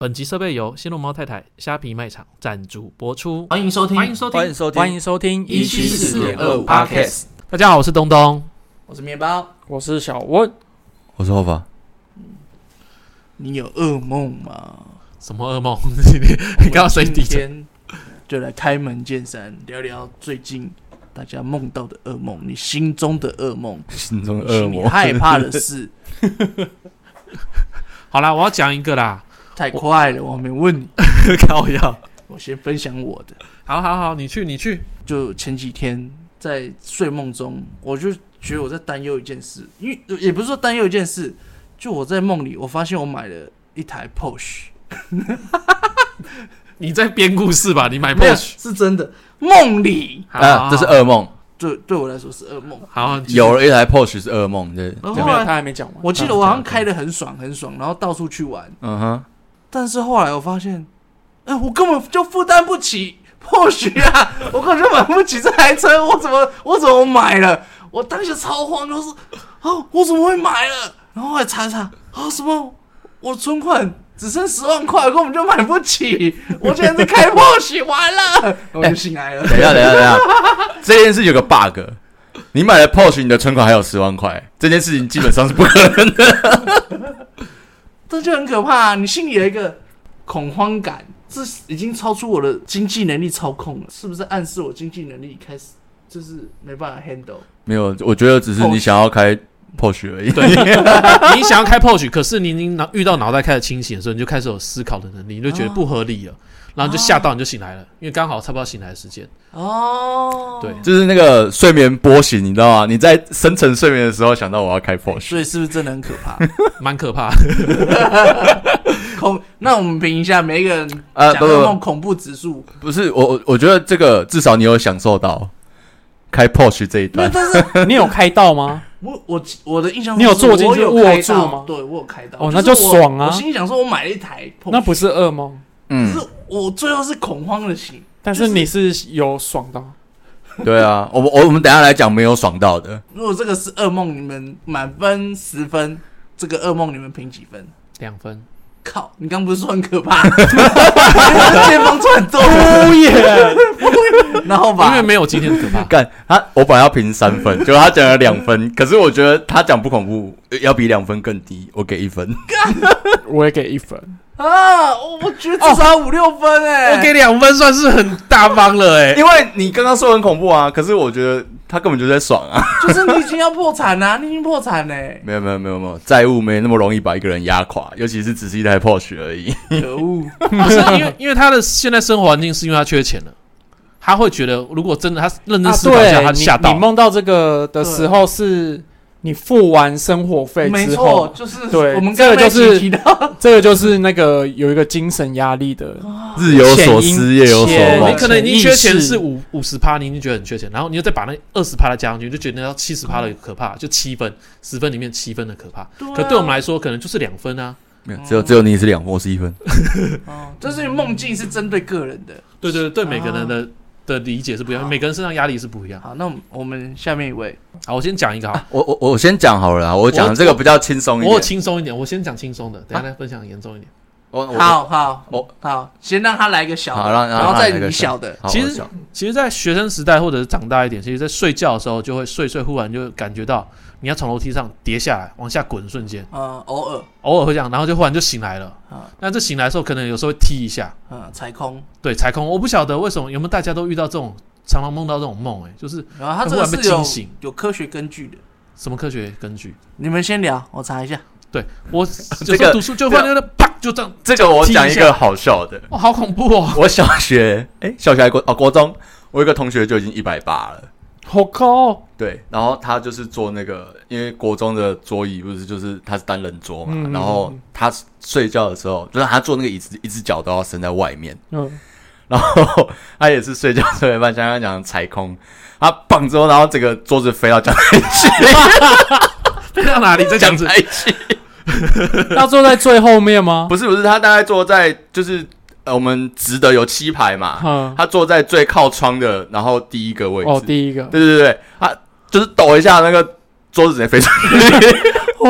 本集设备由新龙猫太太虾皮卖场赞助播出， 欢迎收听 174.25 Podcast。 大家好，我是东东， 我是面包， 我是小温， 我是后发。 你有噩梦吗？ 什么噩梦？你刚刚声音低沉， 就来开门见山聊聊最近大家梦到的噩梦，你心中的噩梦， 心中的噩梦， 你害怕的事。 好啦，我要讲一个啦。 太快了，我还没问你。 靠腰， 我先分享我的。 好，你去。 就前几天在睡梦中，我就觉得我在担忧一件事，因为也不是说担忧一件事，就我在梦里，我发现我买了一台 Porsche。 你在编故事吧？你买没有 Porsche 是真的，梦里这是噩梦。 对我来说是噩梦。 好， 有了一台 Porsche 是噩梦，对。 然后后来他还没讲完。 我记得我好像开得很爽，然后到处去玩。 嗯哼。 但是后来我发现，我根本就负担不起 Porsche 啊！我根本就买不起这台车，我怎么买了？我当时超慌，就是我怎么会买了？然后后来查什么？我存款只剩10万块，我根本就买不起。我竟然在开 Porsche， 完了，我就醒来了。 等一下，这件事有个 bug， 你买了 Porsche， 你的存款还有10万块，这件事情基本上是不可能的。 这就很可怕啊！你心里有一个恐慌感，这已经超出我的经济能力操控了，是不是暗示我经济能力开始就是没办法 handle？ 没有，我觉得只是你想要开 Porsche 而已。 对，你想要开 Porsche， 可是你已经遇到脑袋开始清醒的时候，你就开始有思考的能力，你就觉得不合理了，然后就吓到你就醒来了，因为刚好差不多醒来的时间。 对， 就是那个睡眠波形，你知道吗？你在深层睡眠的时候想到我要开 Porsche， 所以是不是真的很可怕？ 蛮可怕的。 那我们评一下每一个人讲噩梦恐怖指数。 不是我觉得这个至少你有享受到开 Porsche 这一段。 但是你有开到吗？ 我的印象， 你有坐进去握住吗？ 对，我有开到。 那就爽啊！ 我心里想说，我买了一台 Porsche， 那不是噩梦。 可是我最后是恐慌的醒。 但是你是有爽到。 对啊，我们等一下来讲没有爽到的。 如果这个是噩梦，你们满分10分，这个噩梦你们评几分 ？2分。 靠！你刚不是说很可怕？前方出很多敷衍，然后吧， 因为没有今天的可怕。 干我本来要评3分，结果他讲了2分，可是我觉得他讲不恐怖，要比2分更低，我给1分。 我也给1分。 我觉得至少5-6分我给2分算是很大方了因为你刚刚说很恐怖啊，可是我觉得他根本就在爽啊， 就是你已经要破产了，你已经破产嘞。 没有，债务没那么容易把一个人压垮，尤其是只是一台 Porsche 而已。 可恶！ 不是因为他的现在生活环境是因为他缺钱了，他会觉得如果真的他认真思考一下，他吓到。 你梦到这个的时候是你付完生活费之后， 没错，就是对， 我们刚才提到， 这个就是那个有一个精神压力的， 日有所思，夜有所梦。 你可能已经缺钱是50%，你已经觉得很缺钱，然后你又再把那20%再加上去，就觉得要70%的可怕，就7分，10分里面7分的可怕。可对我们来说，可能就是2分啊。 没有，只有你是2分，我是1分。 就是梦境是针对个人的， 对每个人的理解是不一样，每个人身上压力是不一样。 好，那我们下面一位， 好，我先讲一个好。 我先讲好了啦，我讲这个比较轻松一点。 我轻松一点，我先讲轻松的，等一下再分享严重一点。 好，先让他来一个小的，然后再你小的。 其实，在学生时代或者是长大一点，其实在睡觉的时候就会睡，忽然就感觉到你要从楼梯上跌下来，往下滚的瞬间。偶尔会这样，然后就忽然就醒来了。那这醒来的时候，可能有时候会踢一下。 踩空。 对，踩空。我不晓得为什么有没有大家都遇到这种，常常梦到这种梦，就是他这个是有科学根据的。 什么科学根据？ 你们先聊，我查一下。 对，我有时候读书就忽然就啪就这样。 这个我讲一个好笑的。 好恐怖哦！ 我小学还国中，我有一个同学就已经180了。 好高哦。 对，然后他就是坐那个，因为国中的桌椅不是就是他是单人桌嘛，然后他睡觉的时候，就是他坐那个椅子，一只脚都要伸在外面。然后他也是睡觉睡一半，像刚讲踩空，他棒之后，然后整个桌子飞到讲台去， 飞到哪里？在讲台去。 要坐在最后面吗？ 不是，他大概坐在就是我们直的有7排嘛，他坐在最靠窗的，然后第一个位置。 第一个。 对，他就是抖一下，那个桌子直接飞出去。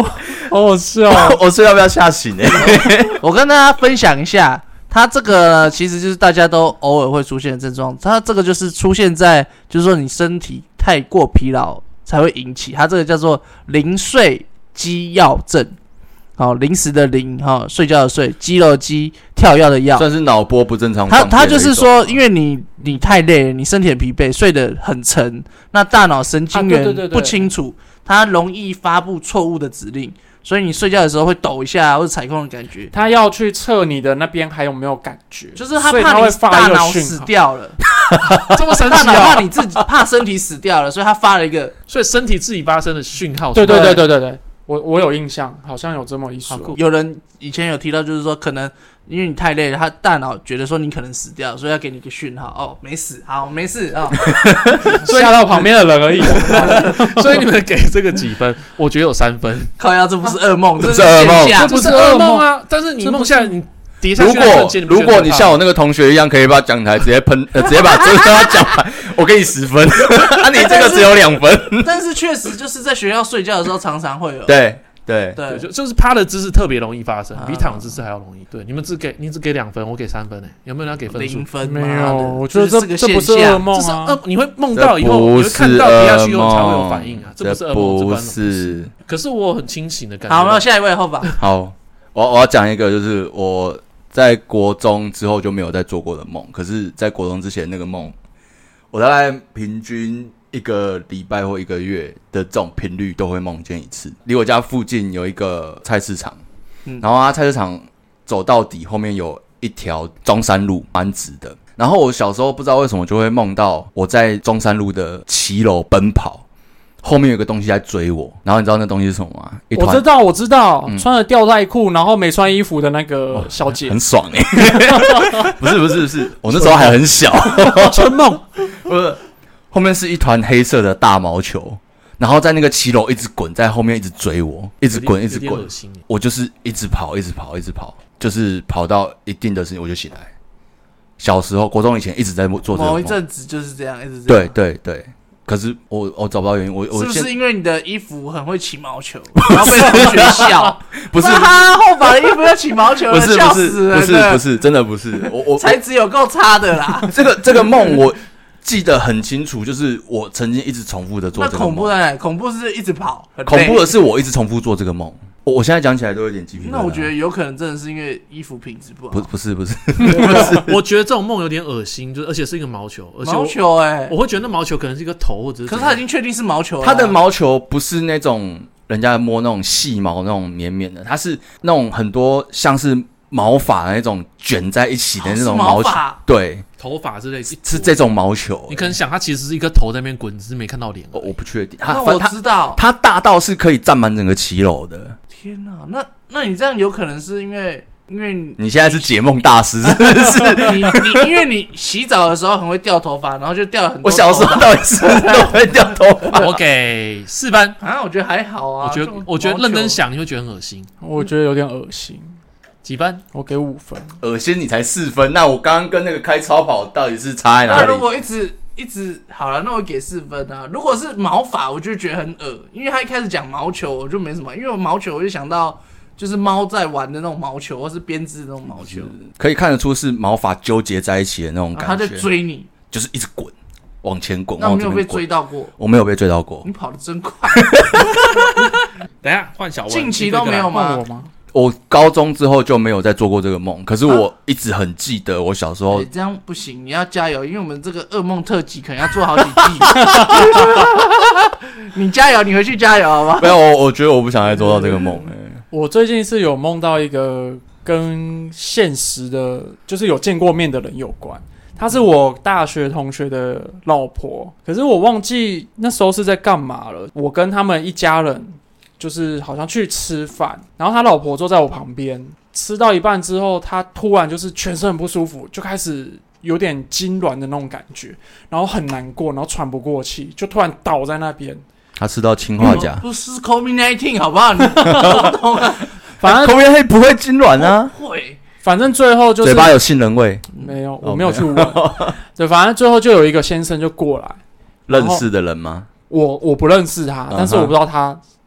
好笑。 我睡要不要吓醒我跟大家分享一下，它这个其实就是大家都偶尔会出现的症状。它这个就是出现在，就是说你身体太过疲劳才会引起。它这个叫做临睡肌药症。好，临时的临，睡觉的睡，肌肉肌，跳跃的跃， 算是脑波不正常。 它就是说，因为你太累了，你身体很疲惫，睡得很沉，那大脑神经元不清楚，它容易发布错误的指令，所以你睡觉的时候会抖一下或者踩空的感觉。 它要去测你的那边还有没有感觉， 就是它怕你大脑死掉了， 这么神奇大脑怕你自己怕身体死掉了，所以它发了一个， 所以身体自己发生的讯号。 对。我有印象，好像有这么一说。 有人以前有提到，就是说可能因为你太累了，他大脑觉得说你可能死掉，所以要给你一个讯号，哦，没死，好，没事啊， 吓到旁边的人而已。 所以你们给这个几分？我觉得有3分。 靠腰，这不是噩梦，这是噩梦， 这不是噩梦啊！但是你梦下你跌下去的瞬间， 如果你像我那个同学一样，可以把讲台直接直接把这个讲台，我给你10分。啊，你这个只有2分。 但是确实就是在学校睡觉的时候，常常会有。 对， 就是趴的姿势特别容易发生，比躺的姿势还要容易。对，你只给2分，我给3分有没有人要给分数 ？0分没有，我觉得这不是噩梦啊！ 你会梦到以后，你会看到跌下去以后才会有反应啊！这不是噩梦， 不是。 可是我很清醒的感觉。 好，那下一位后吧。 好，我要讲一个，就是我在国中之后就没有再做过的梦，可是在国中之前那个梦，我大概平均1个礼拜或1个月的这种频率都会梦见一次。离我家附近有一个菜市场，然后它菜市场走到底后面有一条中山路，蛮直的。然后我小时候不知道为什么就会梦到我在中山路的骑楼奔跑，后面有个东西在追我，然后你知道那东西是什么吗？ 我知道，穿着吊带裤然后没穿衣服的那个小姐， 很爽不是，我那时候还很小， 春梦不是。后面是一团黑色的大毛球，然后在那个骑楼一直滚，在后面一直追我，一直滚，我就是一直跑，就是跑到一定的时间我就醒来。小时候国中以前一直在做这个梦， 某一阵子就是这样，一直这样。 对。可是我找不到原因， 是不是因为你的衣服很会起毛球，然后被同学笑？ 不是， 他后把的衣服要起毛球了，笑死人！ 不是，真的不是，我材质有够差的啦。 这个梦我记得很清楚，就是我曾经一直重复的做这个梦。 那恐怖在哪里？恐怖是一直跑， 恐怖的是我一直重复做这个梦。我现在讲起来都有点鸡皮疙瘩。 那我觉得有可能真的是因为衣服品质不好。 不是我觉得这种梦有点恶心，而且是一个毛球，而且毛球我会觉得那毛球可能是一个头，或者是可是他已经确定是毛球了。 他的毛球不是那种人家摸那种细毛那种绵绵的，它是那种很多像是毛发的那种卷在一起的那种毛球，对， 头发之类是这种毛球。 你可能想它其实是一个头在那边滚，只是没看到脸。 我不确定。 那我知道， 它大到是可以占满整个骑楼的。 天哪，那你这样有可能是因为你现在是解梦大师，是不是？ 你因为你洗澡的时候很会掉头发，然后就掉了很多。 我小时候到底是都会掉头发。 我给4分啊，我觉得还好啊。 我觉得认真想你会觉得很恶心。 我觉得有点恶心。 几分？ 我给5分。 恶心你才4分，那我刚刚跟那个开超跑到底是差在哪里？ 那如果一直好了，那我给4分啊。如果是毛发，我就觉得很恶，因为他一开始讲毛球，我就没什么，因为我毛球我就想到就是猫在玩的那种毛球，或是编织的那种毛球， 可以看得出是毛发纠结在一起的那种感觉。 他在追你， 就是一直滚，往前滚。 那你没有被追到过？ 我没有被追到过。 你跑得真快。 等一下换小文， 近期都没有吗？ 我高中之后就没有再做过这个梦，可是我一直很记得我小时候。 这样不行，你要加油，因为我们这个噩梦特辑可能要做好几季。你加油，你回去加油好吗？ 没有，我觉得我不想再做到这个梦。 我最近是有梦到一个跟现实的，就是有见过面的人有关。她是我大学同学的老婆，可是我忘记那时候是在干嘛了。我跟他们一家人。就是好像去吃饭，然后他老婆坐在我旁边，吃到一半之后，他突然就是全身很不舒服，就开始有点痉挛的那种感觉，然后很难过，然后喘不过气，就突然倒在那边。 他吃到氰化钾， 不是 COVID-19 好不好？你懂啊？ 反正 COVID-19 不会痉挛啊， 会。 反正最后就是嘴巴有杏仁味， 没有，我没有去问。对，反正最后就有一个先生就过来， 认识的人吗？ 我不认识他，但是我不知道他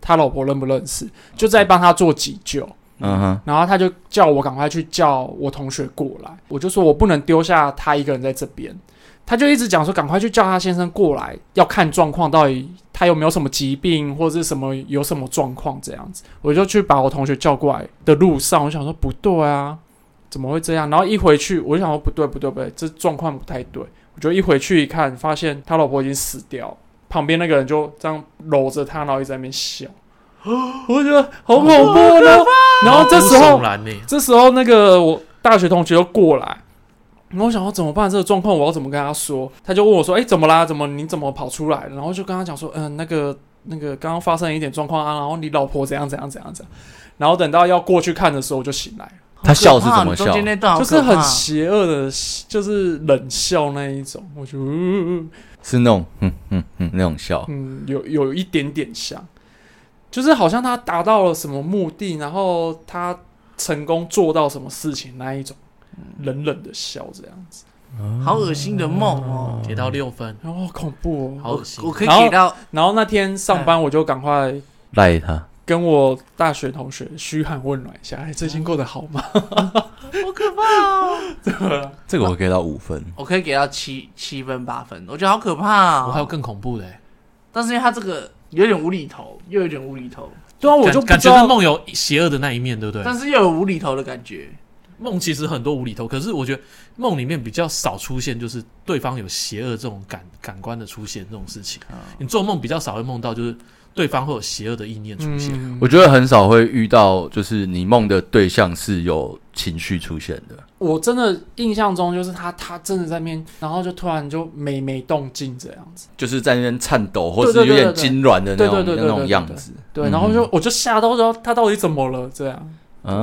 他老婆认不认识，就在帮他做急救。然后他就叫我赶快去叫我同学过来，我就说我不能丢下他一个人在这边，他就一直讲说赶快去叫他先生过来，要看状况，到底他有没有什么疾病或者是什么有什么状况这样子。我就去把我同学叫过来的路上，我想说不对啊，怎么会这样？然后一回去我就想说不对，这状况不太对。我就一回去一看，发现他老婆已经死掉，旁边那个人就这样搂着他，然后一直在那边笑。我觉得好恐怖呢。然后这时候那个我大学同学又过来，然后我想说怎么办？这个状况我要怎么跟他说？他就问我说：“怎么啦？你怎么跑出来？”然后就跟他讲说：“那个刚刚发生一点状况啊，然后你老婆怎样。”然后等到要过去看的时候，我就醒来了。 他笑是怎么笑？ 就是很邪恶的，就是冷笑那一种。我觉得是那种那种笑， 有一点点像。就是好像他达到了什么目的，然后他成功做到什么事情那一种，冷冷的笑这样子， 好恶心的梦哦， 给到6分， 好恐怖哦， 好恶心。 我可以给到， 然后那天上班我就赶快赖他， 跟我大学同学嘘寒问暖一下，最近过得好吗？ 好可怕哦！ 这个我给到5分， 我可以给到7分8分，我觉得好可怕哦。 我还有更恐怖的， 但是因为他这个有点无厘头，又有点无厘头。 对啊，我就感觉梦有邪恶的那一面，对不对？ 但是又有无厘头的感觉。 梦其实很多无厘头，可是我觉得梦里面比较少出现，就是对方有邪恶这种感官的出现这种事情。你做梦比较少会梦到，就是对方会有邪恶的意念出现。 我觉得很少会遇到，就是你梦的对象是有情绪出现的。 我真的印象中就是他真的在那边，然后就突然就没动静这样子， 就是在那边颤抖，或是有点痉挛的那种样子。 对，然后我就吓到说他到底怎么了这样。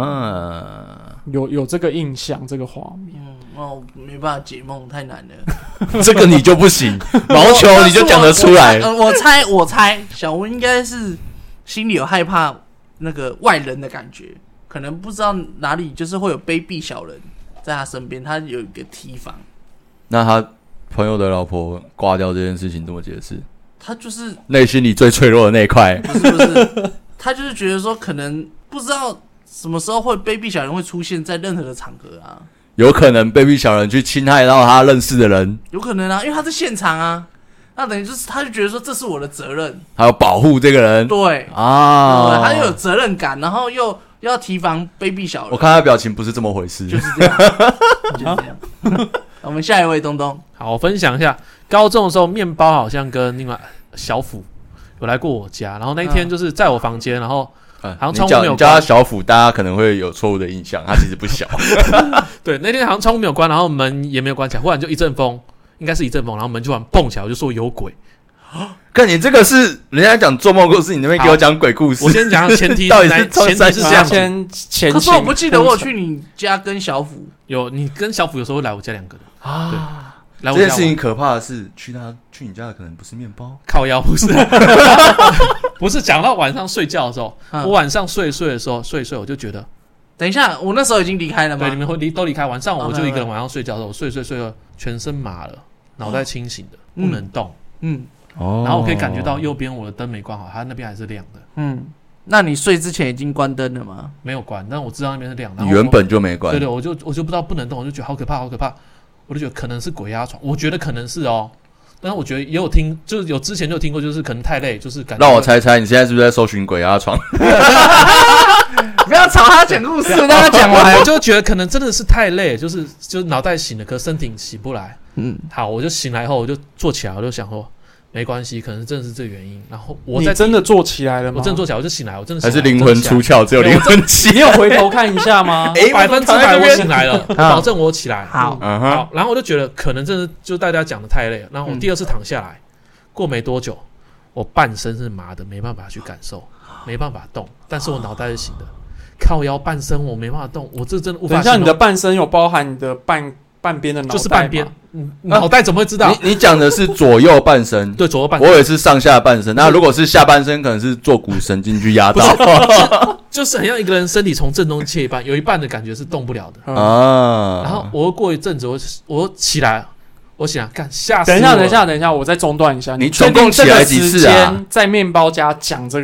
有这个印象，这个画面。 我没办法解梦，太难了。 这个你就不行，毛球你就讲得出来。 我猜小文应该是心里有害怕那个外人的感觉，可能不知道哪里就是会有卑鄙小人在他身边，他有一个提防。 那他朋友的老婆挂掉这件事情怎么解释？ 他就是内心里最脆弱的那一块。 不是，他就是觉得说可能不知道什么时候会卑鄙小人会出现在任何的场合啊。 有可能卑鄙小人去侵害到他认识的人， 有可能啊，因为他在现场啊，那等于就是他就觉得说这是我的责任， 还要保护这个人， 对啊，对，他又有责任感，然后又要提防卑鄙小人。 我看他表情不是这么回事， 就是这样，就是这样。我们下一位东东， 好，我分享一下，高中的时候，面包好像跟另外小虎有来过我家，然后那一天就是在我房间，然后。好像窗户没有关， 你叫他小虎，大家可能会有错误的印象，他其实不小。 对，那天好像窗户没有关，然后门也没有关起来，忽然就一阵风，应该是一阵风，然后门就突然蹦起来，我就说有鬼。 看你这个是人家讲做梦故事，你那边给我讲鬼故事。 我先讲前提， 到底是前提是这样。 可是我不记得我有去你家跟小虎。 有，你跟小虎有时候会来我家2个人啊。 这件事情可怕的是，去你家的可能不是面包， 靠腰不是，不是讲到晚上睡觉的时候，我晚上睡的时候睡我就觉得， 等一下，我那时候已经离开了吗？ 对，你们都离开，晚上我就一个人晚上睡觉的时候，我睡了，全身麻了，脑袋清醒的，不能动，然后我可以感觉到右边我的灯没关好，它那边还是亮的， 那你睡之前已经关灯了吗？ 没有关，但我知道那边是亮的， 你原本就没关， 对，我就不知道不能动，我就觉得好可怕。我就觉得可能是鬼压床，我觉得可能是哦，但是我觉得也有听，就是有之前就有听过，就是可能太累，就是感觉。 让我猜猜，你现在是不是在搜寻鬼压床？ 不要吵他讲故事，让他讲完。 我就觉得可能真的是太累，就是脑袋醒了，可是身体醒不来。好，我就醒来后我就坐起来，我就想说没关系，可能真的是这个原因。然后你真的坐起来了吗？ 我真的坐起来，我就醒来，我真的还是灵魂出窍，只有灵魂起。 你有回头看一下吗 ？100%我醒来了，保证我起来。 好， 然后我就觉得可能真的就大家讲的太累了。然后我第2次躺下来，过没多久，我半身是麻的，没办法去感受，没办法动，但是我脑袋是醒的。靠腰半身我没办法动，我这真的无法。 等一下，你的半身有包含你的半边的脑袋吗？ 就是半边，脑袋怎么会知道？ 你讲的是左右半身， 对，左右半身。 我也是上下半身。那如果是下半身，可能是坐骨神经去压到，就是很像一个人身体从正中切一半，有一半的感觉是动不了的啊。然后我过一阵子，我起来，我想干吓死我。 等一下，我再中断一下。 你总共起来几次啊？ 在面包家讲这个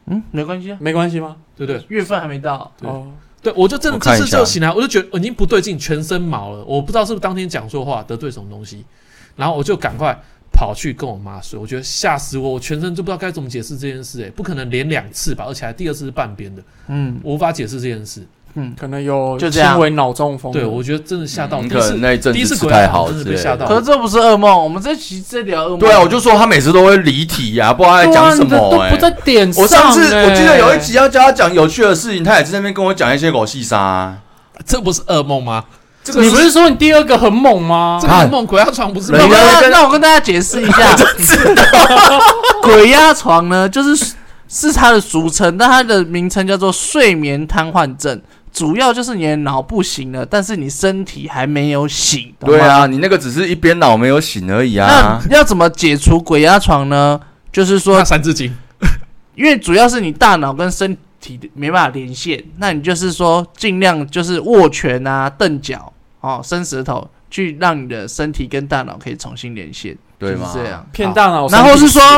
没关系啊， 没关系吗？ 对不对？ 月份还没到。 哦， 对，我就真的这次就醒来，我就觉得我已经不对劲，全身毛了。我不知道是不是当天讲错话，得罪什么东西，然后我就赶快跑去跟我妈睡。我觉得吓死我，我全身就不知道该怎么解释这件事。不可能连2次吧，而且还第2次是半边的。我无法解释这件事。 可能有轻微脑中风。 对，我觉得真的吓到。 可能那一阵子吃太好， 真的被吓到。 可是这不是噩梦，我们这期在聊噩梦。 对啊，我就说他每次都会离题啊，不知道他在讲什么。 都不在点上。 我上次我记得有一集要叫他讲有趣的事情，他也在那边跟我讲一些狗屁沙。 这不是噩梦吗？ 你不是说你第2个很猛吗？ 这个很猛，鬼压床不是吗？ 那我跟大家解释一下，鬼压床呢，是它的俗称，但它的名称叫做睡眠瘫痪症。主要就是你的脑部醒了，但是你身体还没有醒。 对啊，你那个只是一边脑没有醒而已啊。 那要怎么解除鬼压床呢？就是说 3字经， 因为主要是你大脑跟身体没办法连线，那你就是说尽量就是握拳啊、蹬脚、伸舌头，去让你的身体跟大脑可以重新连线。 对吗？ 就是这样骗大脑， 然后或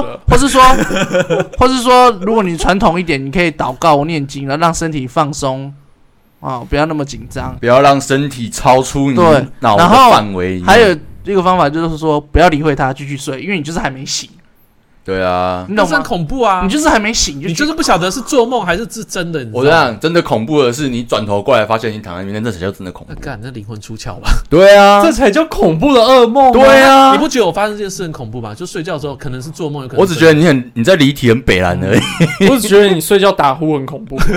是说，如果你传统一点，你可以祷告、念经，然后让身体放松。不要那么紧张， 不要让身体超出你脑的范围。 还有一个方法就是说，不要理会它，继续睡，因为你就是还没醒。 对啊， 你懂吗？ 很恐怖啊！ 你就是还没醒， 你就是不晓得是做梦还是真的。 我讲真的恐怖的是，你转头过来发现你躺在那边，那才叫真的恐怖。 干，那灵魂出窍吧？ 对啊， 这才叫恐怖的噩梦。 对啊， 你不觉得我发生这件事很恐怖吗？就睡觉的时候可能是做梦，有可能。 我只觉得你在离题很北蓝而已。 我只觉得你睡觉打呼很恐怖。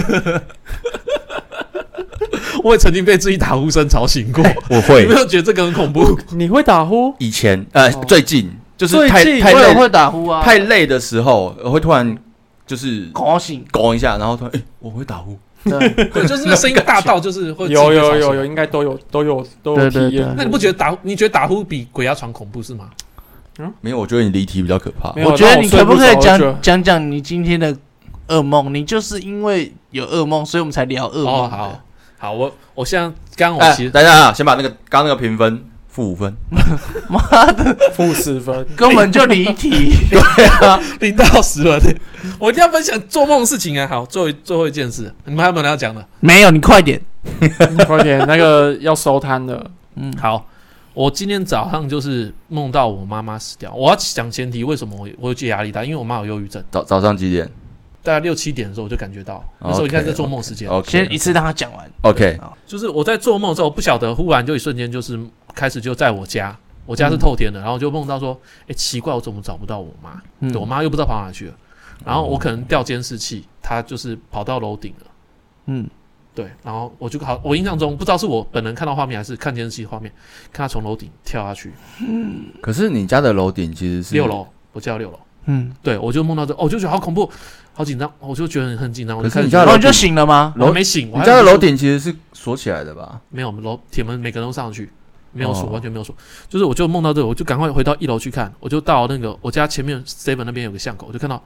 我也曾经被自己打呼声吵醒过。 我会， 你没有觉得这个很恐怖？ 你会打呼？ 以前最近就是太累， 我也会打呼啊。 太累的时候，我会突然就是拱一下，然后突然我会打呼。 对，就是那声音大到就是会有，应该都有体验。 那你不觉得你觉得打呼比鬼压床恐怖是吗？ 没有，我觉得你离题比较可怕。 我觉得你可不可以讲你今天的噩梦？你就是因为有噩梦，所以我们才聊噩梦。 好，我现在刚我其实等一下，先把刚那个评分-5分， 妈的 -10分， 根本就离题。 对啊 ，0到10分。我一定要分享做梦的事情啊！好，最后一件事，你们还有没有要讲的？ 没有，你快点， 快点，那个要收摊了。 好，我今天早上就是梦到我妈妈死掉。我要讲前提，为什么我会觉得压力大？因为我妈有忧郁症。 早上几点？ 大概6、7点的时候我就感觉到，那时候应该在做梦时间。 先一次让他讲完。 OK， 就是我在做梦的时候，不晓得忽然就一瞬间就是开始就在我家是透天的，然后就梦到说，奇怪，我怎么找不到我妈？对，我妈又不知道跑哪去了。然后我可能调监视器，她就是跑到楼顶了。对，然后我印象中不知道是我本人看到画面还是看监视器画面，看她从楼顶跳下去。 可是你家的楼顶其实是 6楼，我家6楼。对，我就梦到这，我就觉得好恐怖。好紧张，我就觉得很紧张。 可是你家的楼就醒了吗？ 我还没醒。 你家的楼顶其实是锁起来的吧？ 没有，铁门每个人都上去，没有锁，完全没有锁。就是我就梦到这个，我就赶快回到1楼去看。我就到那个我家前面 7 那边有个巷口，我就看到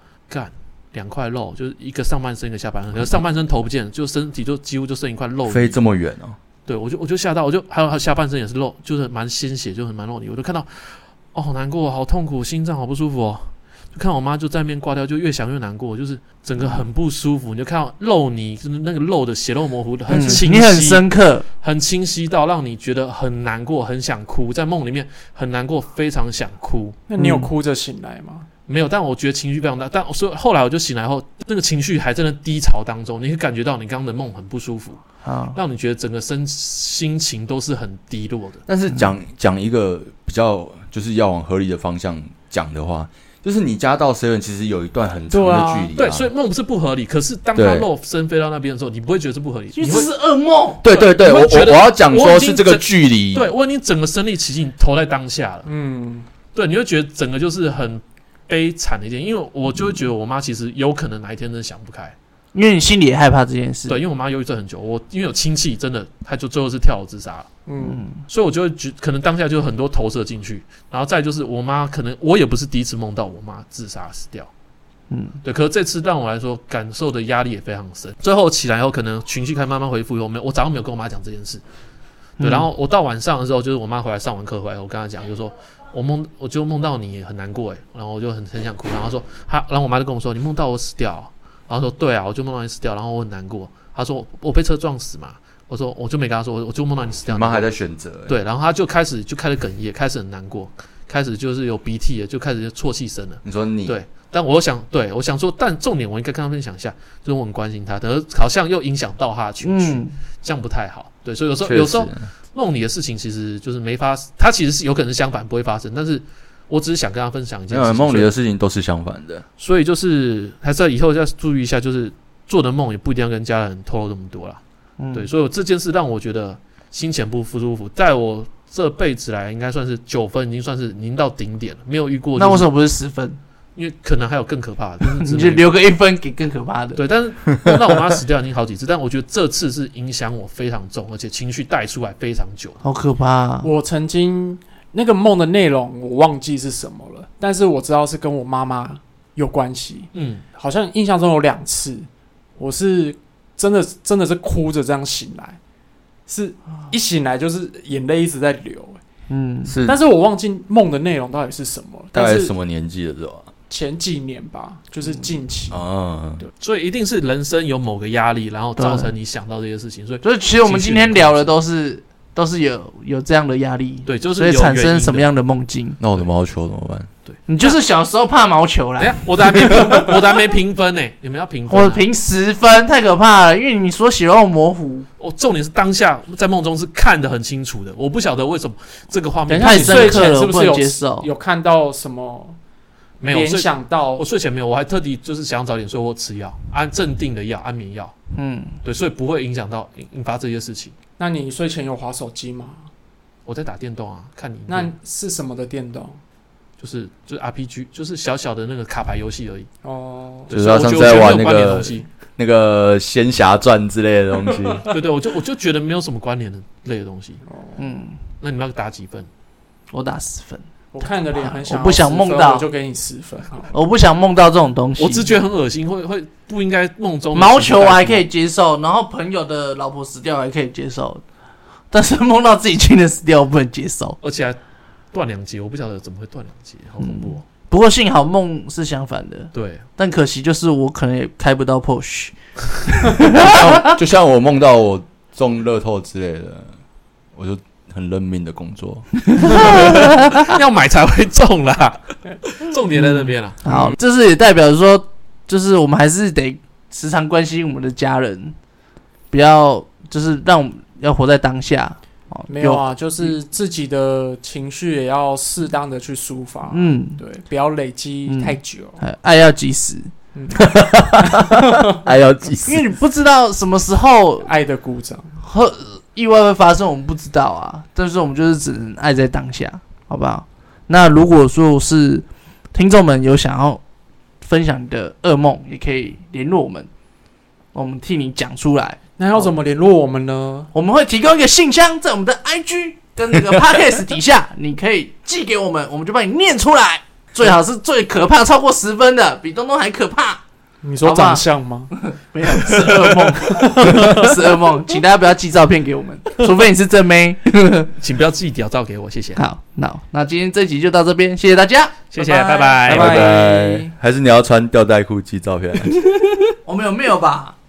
2块肉，就是一个上半身一个下半身，可是上半身头不见了，就身体就几乎就剩一块肉。 飞这么远哦？ 对，我就吓到，还有下半身也是肉，就是蛮鲜血，就蛮肉泥。我就看到，好难过，好痛苦，心脏好不舒服哦。就看我妈就在那边挂掉，就越想越难过，就是整个很不舒服。你就看到肉泥，就是那个肉的血肉模糊的，很清晰， 你很深刻， 很清晰到让你觉得很难过，很想哭，在梦里面很难过，非常想哭。 那你有哭着醒来吗？ 没有，但我觉得情绪非常大。但所以后来我就醒来后，那个情绪还在那低潮当中，你会感觉到你刚刚的梦很不舒服，让你觉得整个心情都是很低落的。 但是讲一个比较就是要往合理的方向讲的话。就是你家到 7 其实有一段很长的距离， 对，所以梦不是不合理。可是当他肉身飞到那边的时候，你不会觉得是不合理， 因为这是噩梦。 对，我要讲说是这个距离， 对我已经整个身临其境投在当下了。对，你会觉得整个就是很悲惨的一件，因为我就会觉得我妈其实有可能哪一天真的想不开。 因为你心里也害怕这件事。 对，因为我妈忧郁症很久，因为有亲戚真的，她就最后是跳楼自杀了。所以我就会可能当下就有很多投射进去，然后再就是我妈可能我也不是第一次梦到我妈自杀死掉。对，可是这次让我来说感受的压力也非常深。最后起来后，可能情绪开始慢慢恢复以后，我早上没有跟我妈讲这件事。对，然后我到晚上的时候，就是我妈回来上完课回来，我跟她讲，就说我就梦到你很难过然后我就很想哭，然后说然后我妈就跟我说，你梦到我死掉。 然后说对啊，我就梦到你死掉，然后我很难过。他说我被车撞死嘛，我说我就没跟他说，我就梦到你死掉。 妈还在选择， 对，然后他就开始哽咽，开始很难过，开始就是有鼻涕了，就开始啜泣声了。 你说你对，但我想说，但重点我应该跟他分享一下，就是我很关心他，可是好像又影响到他的情绪，这样不太好。对，所以有时候梦里的事情其实就是没发，它其实是有可能是相反不会发生，但是我只是想跟他分享一件事情。 梦里的事情都是相反的， 所以就是还是要以后要注意一下，就是做的梦也不一定要跟家人透露这么多啦。对，所以这件事让我觉得心情不舒服，在我这辈子来应该算是9分，已经算是您到顶点了，没有遇过、 那为什么不是10分？ 因为可能还有更可怕的， 你就留个1分给更可怕的。 对，但是让我妈死掉已经好几次，但我觉得这次是影响我非常重，而且情绪带出来非常久， 好可怕啊！ 我曾经那个梦的内容我忘记是什么了，但是我知道是跟我妈妈有关系。好像印象中有2次，我是真的是哭着这样醒来，是一醒来就是眼泪一直在流。 是， 但是我忘记梦的内容到底是什么了。 大概是什么年纪的时候？ 前几年吧，就是近期。 对，所以一定是人生有某个压力，然后造成你想到这些事情。所以其实我们今天聊的都是有这样的压力， 对，就是所以产生什么样的梦境？ 那我的毛球怎么办？ 对，你就是小时候怕毛球啦。 我还没评分呢，你们要评分？ 我评10分，太可怕了，因为你所写的模糊。 重点是当下在梦中是看得很清楚的，我不晓得为什么这个画面太深刻了， 是不是有看到什么？ 没有联想到我睡前没有，我还特地就是想早点睡或吃药，镇定的药，安眠药。对，所以不会影响到引发这些事情。 那你睡前有滑手机吗？ 我在打电动啊，看你。 那是什么的电动？ 就是 RPG， 就是小小的那个卡牌游戏而已。 就是他上次在玩那个仙侠传之类的东西。 对，我就觉得没有什么关联的类的东西。那你们要打几分？ 我打10分。 我看你的脸很想， 我不想梦到， 我就给你10分。 我不想梦到这种东西， 我只觉得很恶心，会不应该梦中毛球我还可以接受，然后朋友的老婆死掉还可以接受，但是梦到自己亲人死掉我不能接受， 而且还断2节，我不晓得怎么会断2节，好恐怖。 不过幸好梦是相反的， 对， 但可惜就是我可能也开不到 push， 就像我梦到我中乐透之类的，我就很认命的工作， 要买才会中啦，重点在那边啦。 好，这是也代表说，就是我们还是得时常关心我们的家人，不要就是要活在当下。 没有啊，就是自己的情绪也要适当的去抒发，对，不要累积太久， 爱要及时。 爱要及时， 因为你不知道什么时候爱的鼓掌和意外会发生，我们不知道啊。但是我们就是只能爱在当下，好不好？那如果说是听众们有想要分享你的噩梦，也可以联络我们，我们替你讲出来。 那要怎么联络我们呢？ 我们会提供一个信箱，在我们的 IG 跟那个 Podcast 底下，你可以寄给我们，我们就帮你念出来。最好是最可怕超过10分的，比东东还可怕。 你说长相吗？ 没有，是噩梦，是噩梦，请大家不要寄照片给我们，除非你是正妹， 请不要寄屌照给我，谢谢。 好，那今天这集就到这边，谢谢大家， 谢谢，拜拜， 拜拜。还是你要穿吊带裤寄照片？ 我们有没有吧？